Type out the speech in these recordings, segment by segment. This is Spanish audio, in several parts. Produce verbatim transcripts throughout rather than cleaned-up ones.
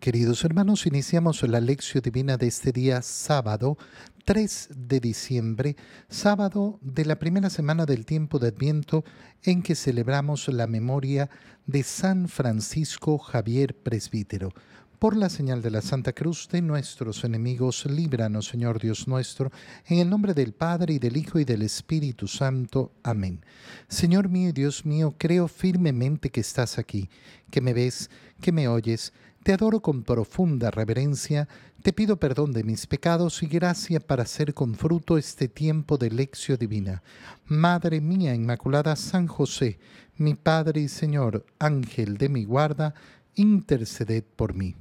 Queridos hermanos, iniciamos la lección divina de este día sábado, tres de diciembre, sábado de la primera semana del tiempo de Adviento, en que celebramos la memoria de San Francisco Javier Presbítero. Por la señal de la Santa Cruz de nuestros enemigos, líbranos, Señor Dios nuestro, en el nombre del Padre, y del Hijo, y del Espíritu Santo. Amén. Señor mío y Dios mío, creo firmemente que estás aquí, que me ves, que me oyes. Te adoro con profunda reverencia, te pido perdón de mis pecados y gracia para hacer con fruto este tiempo de lección divina. Madre mía Inmaculada, San José, mi Padre y Señor, Ángel de mi guarda, interceded por mí.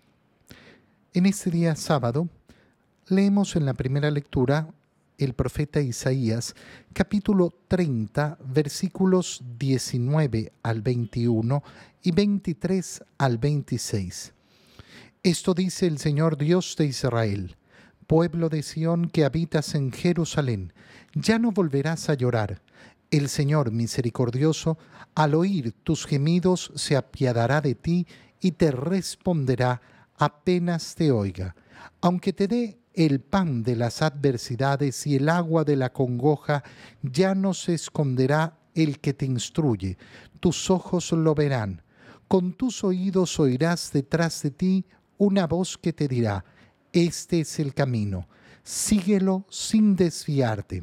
En este día sábado, leemos en la primera lectura el profeta Isaías, capítulo treinta, versículos diecinueve al veintiuno y veintitrés al veintiséis. Esto dice el Señor Dios de Israel: pueblo de Sión que habitas en Jerusalén, ya no volverás a llorar. El Señor misericordioso, al oír tus gemidos, se apiadará de ti y te responderá apenas te oiga. Aunque te dé el pan de las adversidades y el agua de la congoja, ya no se esconderá el que te instruye. Tus ojos lo verán. Con tus oídos oirás detrás de ti una voz que te dirá: este es el camino, síguelo sin desviarte,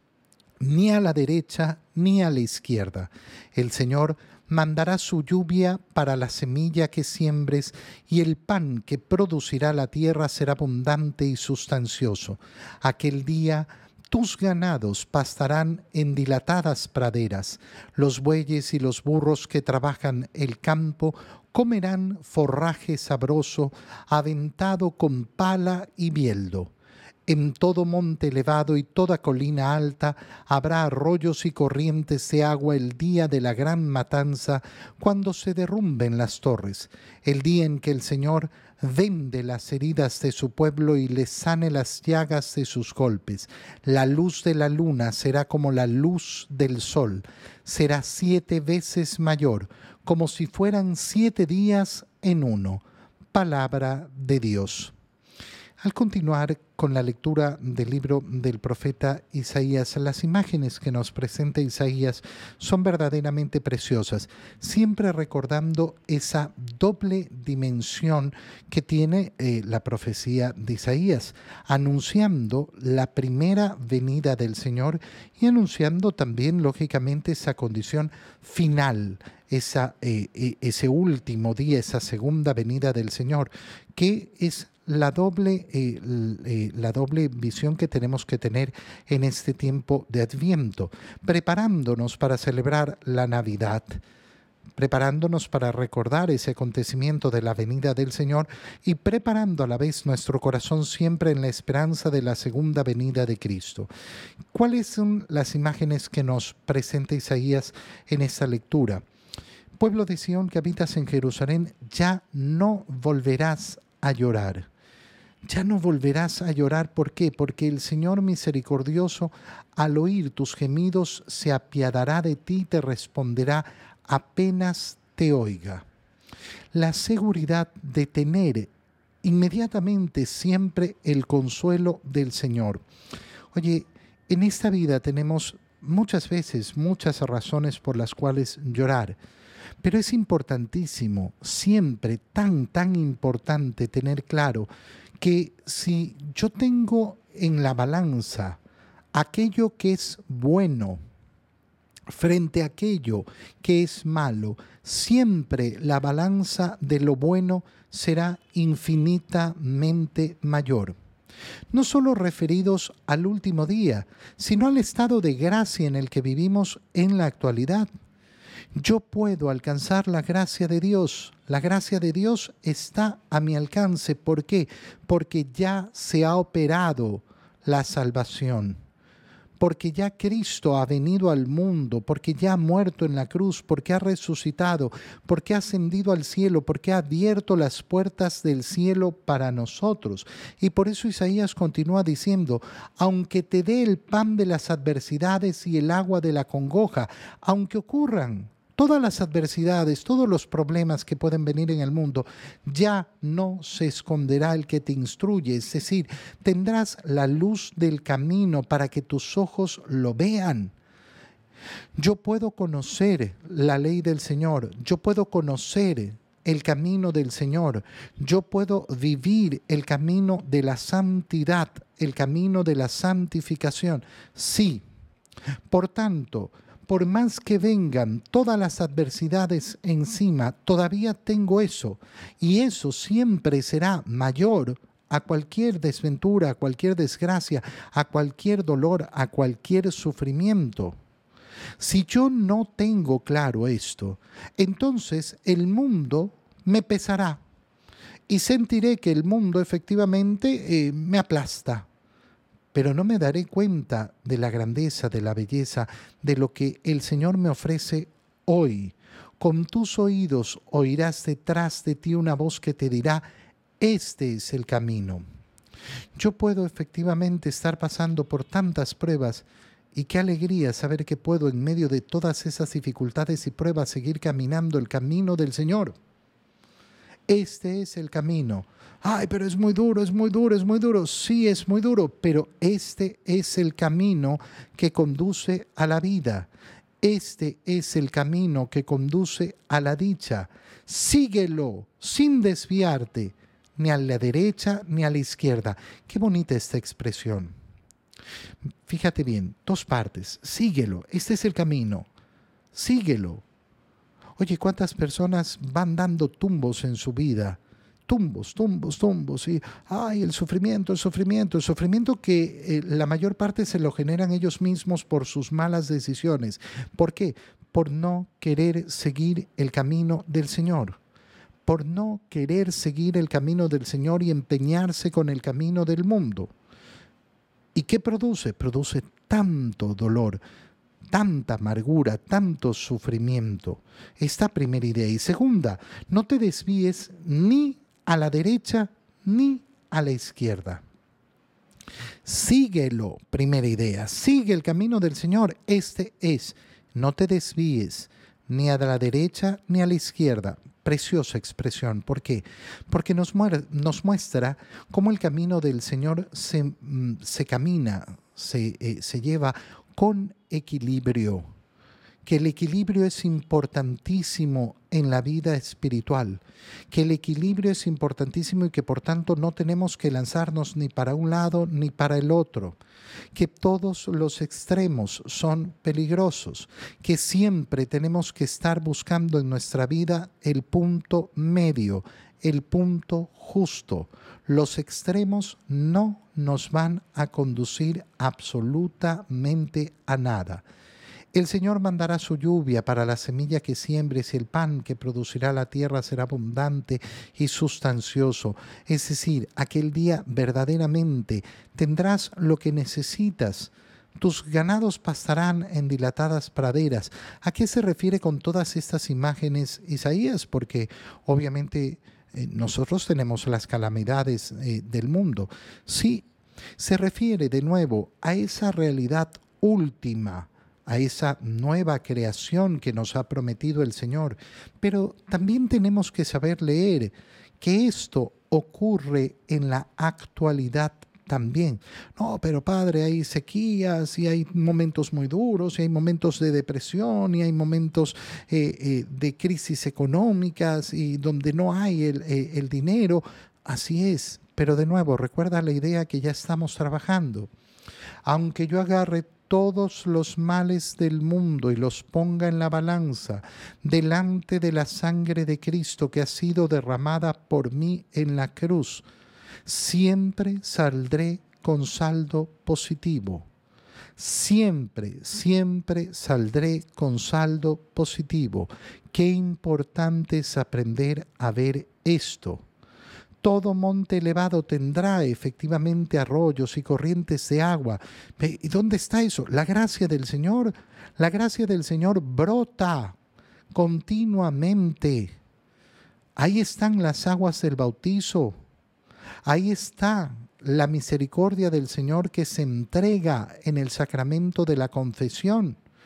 ni a la derecha ni a la izquierda. El Señor mandará su lluvia para la semilla que siembres, y el pan que producirá la tierra será abundante y sustancioso. Aquel día tus ganados pastarán en dilatadas praderas. Los bueyes y los burros que trabajan el campo comerán forraje sabroso, aventado con pala y bieldo. En todo monte elevado y toda colina alta habrá arroyos y corrientes de agua el día de la gran matanza, cuando se derrumben las torres, el día en que el Señor vende las heridas de su pueblo y les sane las llagas de sus golpes. La luz de la luna será como la luz del sol, será siete veces mayor, como si fueran siete días en uno. Palabra de Dios. Al continuar con la lectura del libro del profeta Isaías, las imágenes que nos presenta Isaías son verdaderamente preciosas, siempre recordando esa doble dimensión que tiene eh, la profecía de Isaías, anunciando la primera venida del Señor y anunciando también, lógicamente, esa condición final, esa, eh, ese último día, esa segunda venida del Señor, que es La doble, eh, eh, la doble visión que tenemos que tener en este tiempo de Adviento, preparándonos para celebrar la Navidad, preparándonos para recordar ese acontecimiento de la venida del Señor y preparando a la vez nuestro corazón siempre en la esperanza de la segunda venida de Cristo. ¿Cuáles son las imágenes que nos presenta Isaías en esta lectura? Pueblo de Sión que habitas en Jerusalén, ya no volverás a llorar. Ya no volverás a llorar. ¿Por qué? Porque el Señor misericordioso, al oír tus gemidos, se apiadará de ti y te responderá apenas te oiga. La seguridad de tener inmediatamente siempre el consuelo del Señor. Oye, en esta vida tenemos muchas veces muchas razones por las cuales llorar. Pero es importantísimo, siempre tan, tan importante tener claro que si yo tengo en la balanza aquello que es bueno frente a aquello que es malo, siempre la balanza de lo bueno será infinitamente mayor. No solo referidos al último día, sino al estado de gracia en el que vivimos en la actualidad. Yo puedo alcanzar la gracia de Dios. La gracia de Dios está a mi alcance. ¿Por qué? Porque ya se ha operado la salvación. Porque ya Cristo ha venido al mundo, porque ya ha muerto en la cruz, porque ha resucitado, porque ha ascendido al cielo, porque ha abierto las puertas del cielo para nosotros. Y por eso Isaías continúa diciendo: aunque te dé el pan de las adversidades y el agua de la congoja, aunque ocurran todas las adversidades, todos los problemas que pueden venir en el mundo, ya no se esconderá el que te instruye, es decir, tendrás la luz del camino para que tus ojos lo vean. Yo puedo conocer la ley del Señor, yo puedo conocer el camino del Señor, yo puedo vivir el camino de la santidad, el camino de la santificación. Sí, por tanto, por más que vengan todas las adversidades encima, todavía tengo eso, y eso siempre será mayor a cualquier desventura, a cualquier desgracia, a cualquier dolor, a cualquier sufrimiento. Si yo no tengo claro esto, entonces el mundo me pesará y sentiré que el mundo efectivamente eh, me aplasta, pero no me daré cuenta de la grandeza, de la belleza, de lo que el Señor me ofrece hoy. Con tus oídos oirás detrás de ti una voz que te dirá, este es el camino. Yo puedo efectivamente estar pasando por tantas pruebas, y qué alegría saber que puedo en medio de todas esas dificultades y pruebas seguir caminando el camino del Señor. Este es el camino. Ay, pero es muy duro, es muy duro, es muy duro. Sí, es muy duro, pero este es el camino que conduce a la vida. Este es el camino que conduce a la dicha. Síguelo sin desviarte, ni a la derecha ni a la izquierda. Qué bonita esta expresión. Fíjate bien, dos partes. Síguelo, este es el camino. Síguelo. Oye, ¿cuántas personas van dando tumbos en su vida? Tumbos, tumbos, tumbos. Y, ay, el sufrimiento, el sufrimiento, el sufrimiento que eh, la mayor parte se lo generan ellos mismos por sus malas decisiones. ¿Por qué? Por no querer seguir el camino del Señor. Por no querer seguir el camino del Señor y empeñarse con el camino del mundo. ¿Y qué produce? Produce tanto dolor, tanta amargura, tanto sufrimiento. Esta primera idea. Y segunda, no te desvíes ni a la derecha ni a la izquierda. Síguelo, primera idea. Sigue el camino del Señor. Este es. No te desvíes ni a la derecha ni a la izquierda. Preciosa expresión. ¿Por qué? Porque nos, nos muestra cómo el camino del Señor se, se camina, se, eh, se lleva con equilibrio. Que el equilibrio es importantísimo en la vida espiritual, que el equilibrio es importantísimo y que por tanto no tenemos que lanzarnos ni para un lado ni para el otro, que todos los extremos son peligrosos, que siempre tenemos que estar buscando en nuestra vida el punto medio, el punto justo. Los extremos no nos van a conducir absolutamente a nada. El Señor mandará su lluvia para la semilla que siembres y el pan que producirá la tierra será abundante y sustancioso. Es decir, aquel día verdaderamente tendrás lo que necesitas. Tus ganados pastarán en dilatadas praderas. ¿A qué se refiere con todas estas imágenes Isaías? Porque obviamente eh, nosotros tenemos las calamidades eh, del mundo. Sí, se refiere de nuevo a esa realidad última, a esa nueva creación que nos ha prometido el Señor. Pero también tenemos que saber leer que esto ocurre en la actualidad también. No, pero Padre, hay sequías y hay momentos muy duros y hay momentos de depresión y hay momentos eh, eh, de crisis económicas y donde no hay el, eh, el dinero. Así es, pero de nuevo, recuerda la idea que ya estamos trabajando. Aunque yo agarre todos los males del mundo y los ponga en la balanza delante de la sangre de Cristo que ha sido derramada por mí en la cruz, siempre saldré con saldo positivo. Siempre, siempre saldré con saldo positivo. Qué importante es aprender a ver esto. Todo monte elevado tendrá efectivamente arroyos y corrientes de agua. ¿Y dónde está eso? La gracia del Señor. La gracia del Señor brota continuamente. Ahí están las aguas del bautizo. Ahí está la misericordia del Señor que se entrega en el sacramento de la confesión.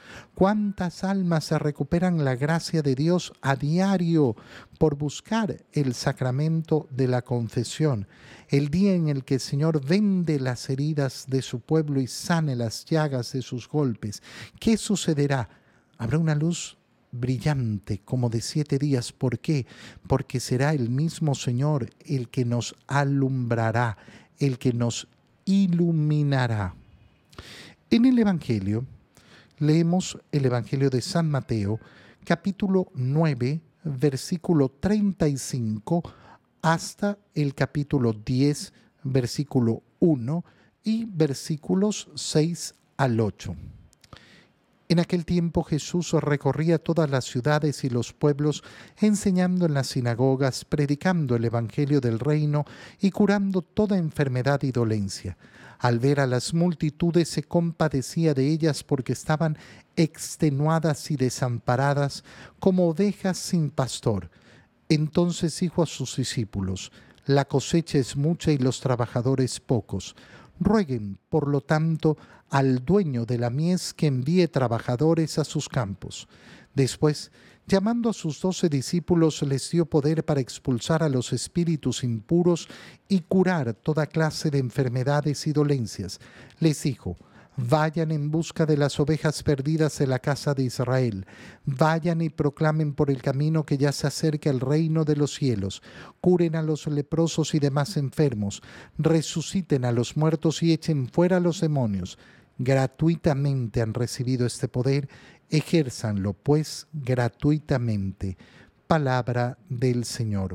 ¿Cuántas almas se recuperan la gracia de Dios a diario por buscar el sacramento de la confesión? El día en el que el Señor vende las heridas de su pueblo y sane las llagas de sus golpes. ¿Qué sucederá? Habrá una luz brillante como de siete días. ¿Por qué? Porque será el mismo Señor el que nos alumbrará, el que nos iluminará. En el Evangelio, leemos el Evangelio de San Mateo, capítulo nueve, versículo treinta y cinco, hasta el capítulo diez, versículo uno, y versículos seis al ocho. En aquel tiempo Jesús recorría todas las ciudades y los pueblos, enseñando en las sinagogas, predicando el Evangelio del reino y curando toda enfermedad y dolencia. Al ver a las multitudes se compadecía de ellas porque estaban extenuadas y desamparadas como ovejas sin pastor. Entonces dijo a sus discípulos: la cosecha es mucha y los trabajadores pocos. Rueguen, por lo tanto, al dueño de la mies que envíe trabajadores a sus campos. Después, llamando a sus doce discípulos, les dio poder para expulsar a los espíritus impuros y curar toda clase de enfermedades y dolencias. Les dijo: vayan en busca de las ovejas perdidas de la casa de Israel. Vayan y proclamen por el camino que ya se acerca el reino de los cielos. Curen a los leprosos y demás enfermos. Resuciten a los muertos y echen fuera a los demonios. Gratuitamente han recibido este poder. Ejérzanlo, pues, gratuitamente. Palabra del Señor.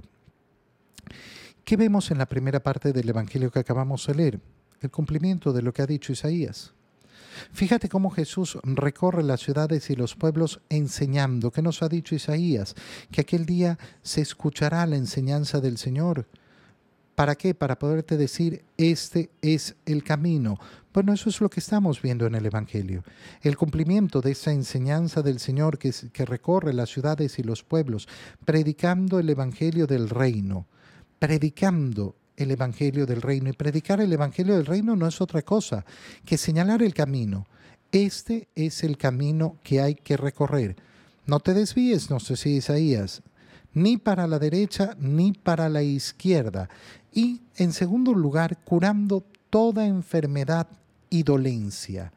¿Qué vemos en la primera parte del Evangelio que acabamos de leer? El cumplimiento de lo que ha dicho Isaías. Fíjate cómo Jesús recorre las ciudades y los pueblos enseñando. ¿Qué nos ha dicho Isaías? Que aquel día se escuchará la enseñanza del Señor. ¿Para qué? Para poderte decir, este es el camino. Bueno, eso es lo que estamos viendo en el Evangelio. El cumplimiento de esa enseñanza del Señor que, que recorre las ciudades y los pueblos, predicando el Evangelio del reino, predicando el Evangelio del reino. Y predicar el Evangelio del reino no es otra cosa que señalar el camino. Este es el camino que hay que recorrer. No te desvíes, nos decía Isaías, ni para la derecha ni para la izquierda. Y en segundo lugar, curando toda enfermedad y dolencia.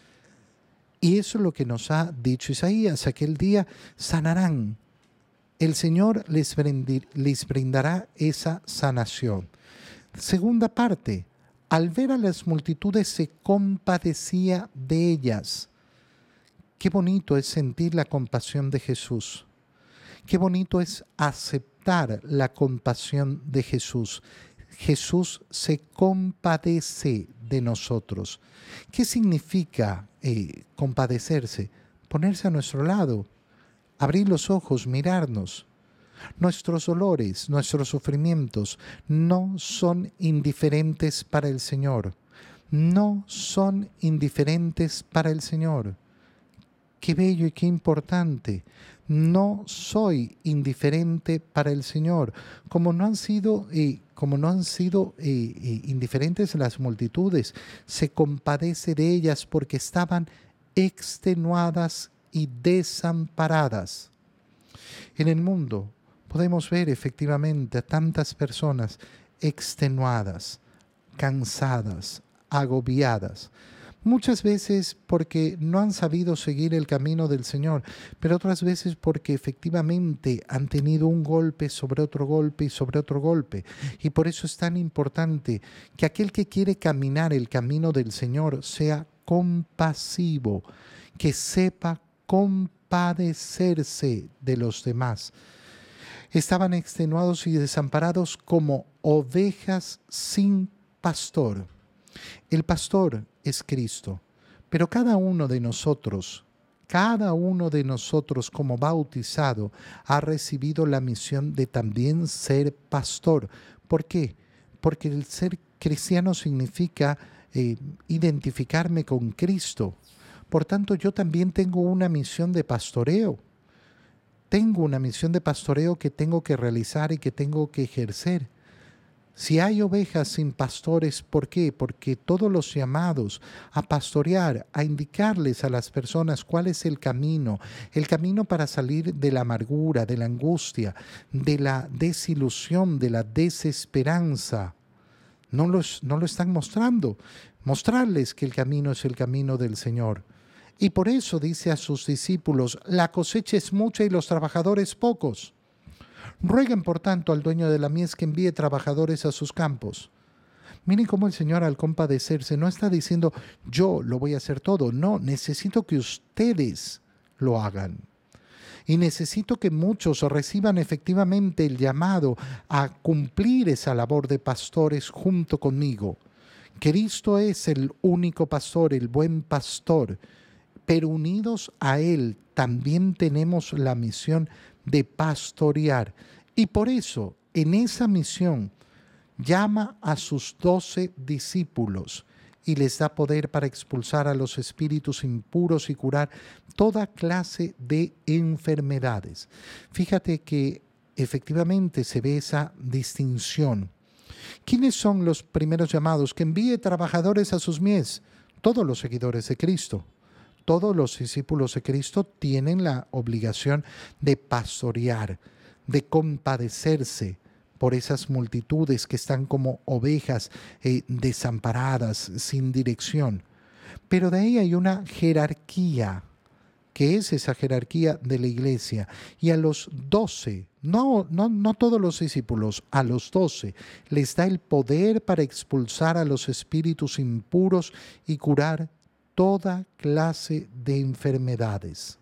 Y eso es lo que nos ha dicho Isaías. Aquel día sanarán. El Señor les, brindir, les brindará esa sanación. Segunda parte, al ver a las multitudes se compadecía de ellas. Qué bonito es sentir la compasión de Jesús. Qué bonito es aceptar la compasión de Jesús. Jesús se compadece de nosotros. ¿Qué significa eh, compadecerse? Ponerse a nuestro lado, abrir los ojos, mirarnos. Nuestros dolores, nuestros sufrimientos no son indiferentes para el Señor. No son indiferentes para el Señor. Qué bello y qué importante. No soy indiferente para el Señor. Como no han sido, eh, como no han sido eh, eh, indiferentes las multitudes, se compadece de ellas porque estaban extenuadas y desamparadas. En el mundo podemos ver efectivamente a tantas personas extenuadas, cansadas, agobiadas. Muchas veces porque no han sabido seguir el camino del Señor, pero otras veces porque efectivamente han tenido un golpe sobre otro golpe y sobre otro golpe. Y por eso es tan importante que aquel que quiere caminar el camino del Señor sea compasivo, que sepa compadecerse de los demás. Estaban extenuados y desamparados como ovejas sin pastor. El pastor es Cristo, pero cada uno de nosotros, cada uno de nosotros como bautizado ha recibido la misión de también ser pastor. ¿Por qué? Porque el ser cristiano significa eh, identificarme con Cristo. Por tanto, yo también tengo una misión de pastoreo. Tengo una misión de pastoreo que tengo que realizar y que tengo que ejercer. Si hay ovejas sin pastores, ¿por qué? Porque todos los llamados a pastorear, a indicarles a las personas cuál es el camino, el camino para salir de la amargura, de la angustia, de la desilusión, de la desesperanza, no, los, no lo están mostrando. Mostrarles que el camino es el camino del Señor. Y por eso dice a sus discípulos, la cosecha es mucha y los trabajadores pocos. Rueguen, por tanto, al dueño de la mies que envíe trabajadores a sus campos. Miren cómo el Señor, al compadecerse, no está diciendo, yo lo voy a hacer todo. No, necesito que ustedes lo hagan. Y necesito que muchos reciban efectivamente el llamado a cumplir esa labor de pastores junto conmigo. Cristo es el único pastor, el buen pastor, pero unidos a Él también tenemos la misión de pastorear. Y por eso, en esa misión, llama a sus doce discípulos y les da poder para expulsar a los espíritus impuros y curar toda clase de enfermedades. Fíjate que efectivamente se ve esa distinción. ¿Quiénes son los primeros llamados? Que envíe trabajadores a sus mies. Todos los seguidores de Cristo. Todos los discípulos de Cristo tienen la obligación de pastorear, de compadecerse por esas multitudes que están como ovejas eh, desamparadas, sin dirección. Pero de ahí hay una jerarquía, que es esa jerarquía de la iglesia. Y a los doce, no, no, no todos los discípulos, a los doce les da el poder para expulsar a los espíritus impuros y curar toda clase de enfermedades.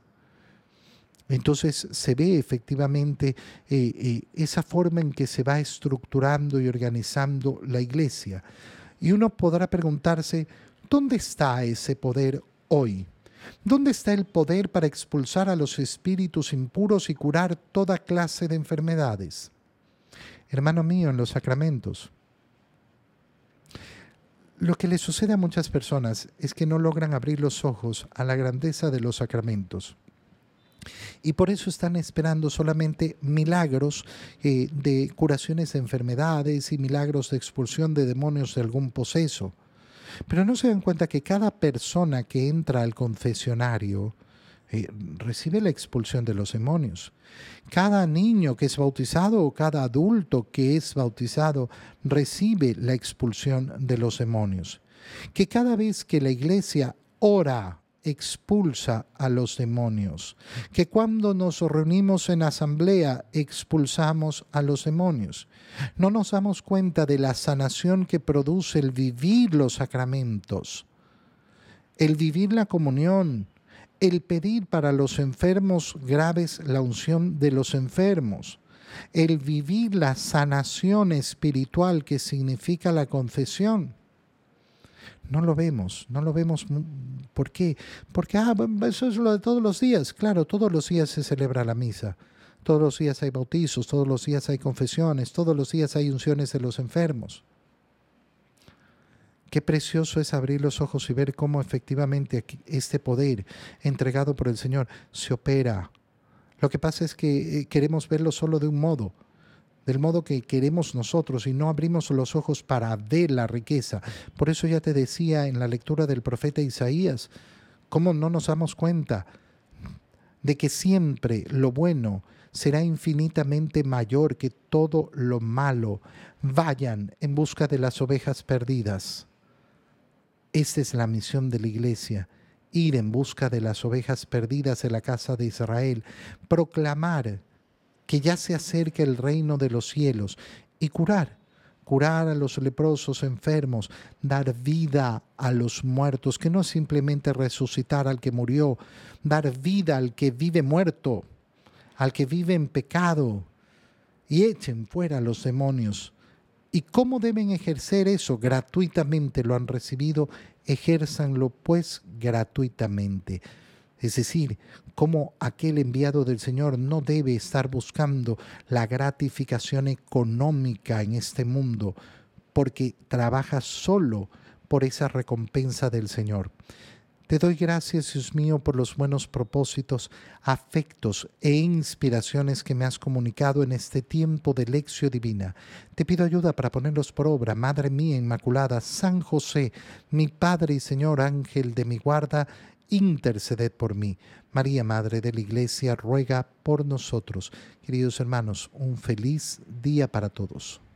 Entonces se ve efectivamente eh, eh, esa forma en que se va estructurando y organizando la iglesia. Y uno podrá preguntarse, ¿dónde está ese poder hoy? ¿Dónde está el poder para expulsar a los espíritus impuros y curar toda clase de enfermedades? Hermano mío, en los sacramentos. Lo que le sucede a muchas personas es que no logran abrir los ojos a la grandeza de los sacramentos. Y por eso están esperando solamente milagros eh, de curaciones de enfermedades y milagros de expulsión de demonios de algún poseso. Pero no se dan cuenta que cada persona que entra al confesionario eh, recibe la expulsión de los demonios. Cada niño que es bautizado o cada adulto que es bautizado recibe la expulsión de los demonios. Que cada vez que la iglesia ora, expulsa a los demonios. Que cuando nos reunimos en asamblea, expulsamos a los demonios. No nos damos cuenta de la sanación que produce el vivir los sacramentos, el vivir la comunión, el pedir para los enfermos graves la unción de los enfermos, el vivir la sanación espiritual que significa la confesión. No lo vemos, no lo vemos. ¿Por qué? Porque ah, eso es lo de todos los días. Claro, todos los días se celebra la misa. Todos los días hay bautizos, todos los días hay confesiones, todos los días hay unciones de los enfermos. Qué precioso es abrir los ojos y ver cómo efectivamente este poder entregado por el Señor se opera. Lo que pasa es que queremos verlo solo de un modo, del modo que queremos nosotros, y no abrimos los ojos para ver la riqueza. Por eso ya te decía en la lectura del profeta Isaías, cómo no nos damos cuenta de que siempre lo bueno será infinitamente mayor que todo lo malo. Vayan en busca de las ovejas perdidas. Esta es la misión de la iglesia, ir en busca de las ovejas perdidas de la casa de Israel, proclamar que ya se acerca el reino de los cielos y curar, curar a los leprosos enfermos, dar vida a los muertos, que no es simplemente resucitar al que murió, dar vida al que vive muerto, al que vive en pecado, y echen fuera a los demonios. ¿Y cómo deben ejercer eso? Gratuitamente lo han recibido, ejérzanlo pues gratuitamente. Es decir, como aquel enviado del Señor no debe estar buscando la gratificación económica en este mundo, porque trabaja solo por esa recompensa del Señor. Te doy gracias, Dios mío, por los buenos propósitos, afectos e inspiraciones que me has comunicado en este tiempo de lección divina. Te pido ayuda para ponerlos por obra. Madre mía Inmaculada, San José, mi Padre y Señor, ángel de mi guarda, interceded por mí. María, Madre de la Iglesia, ruega por nosotros. Queridos hermanos, un feliz día para todos.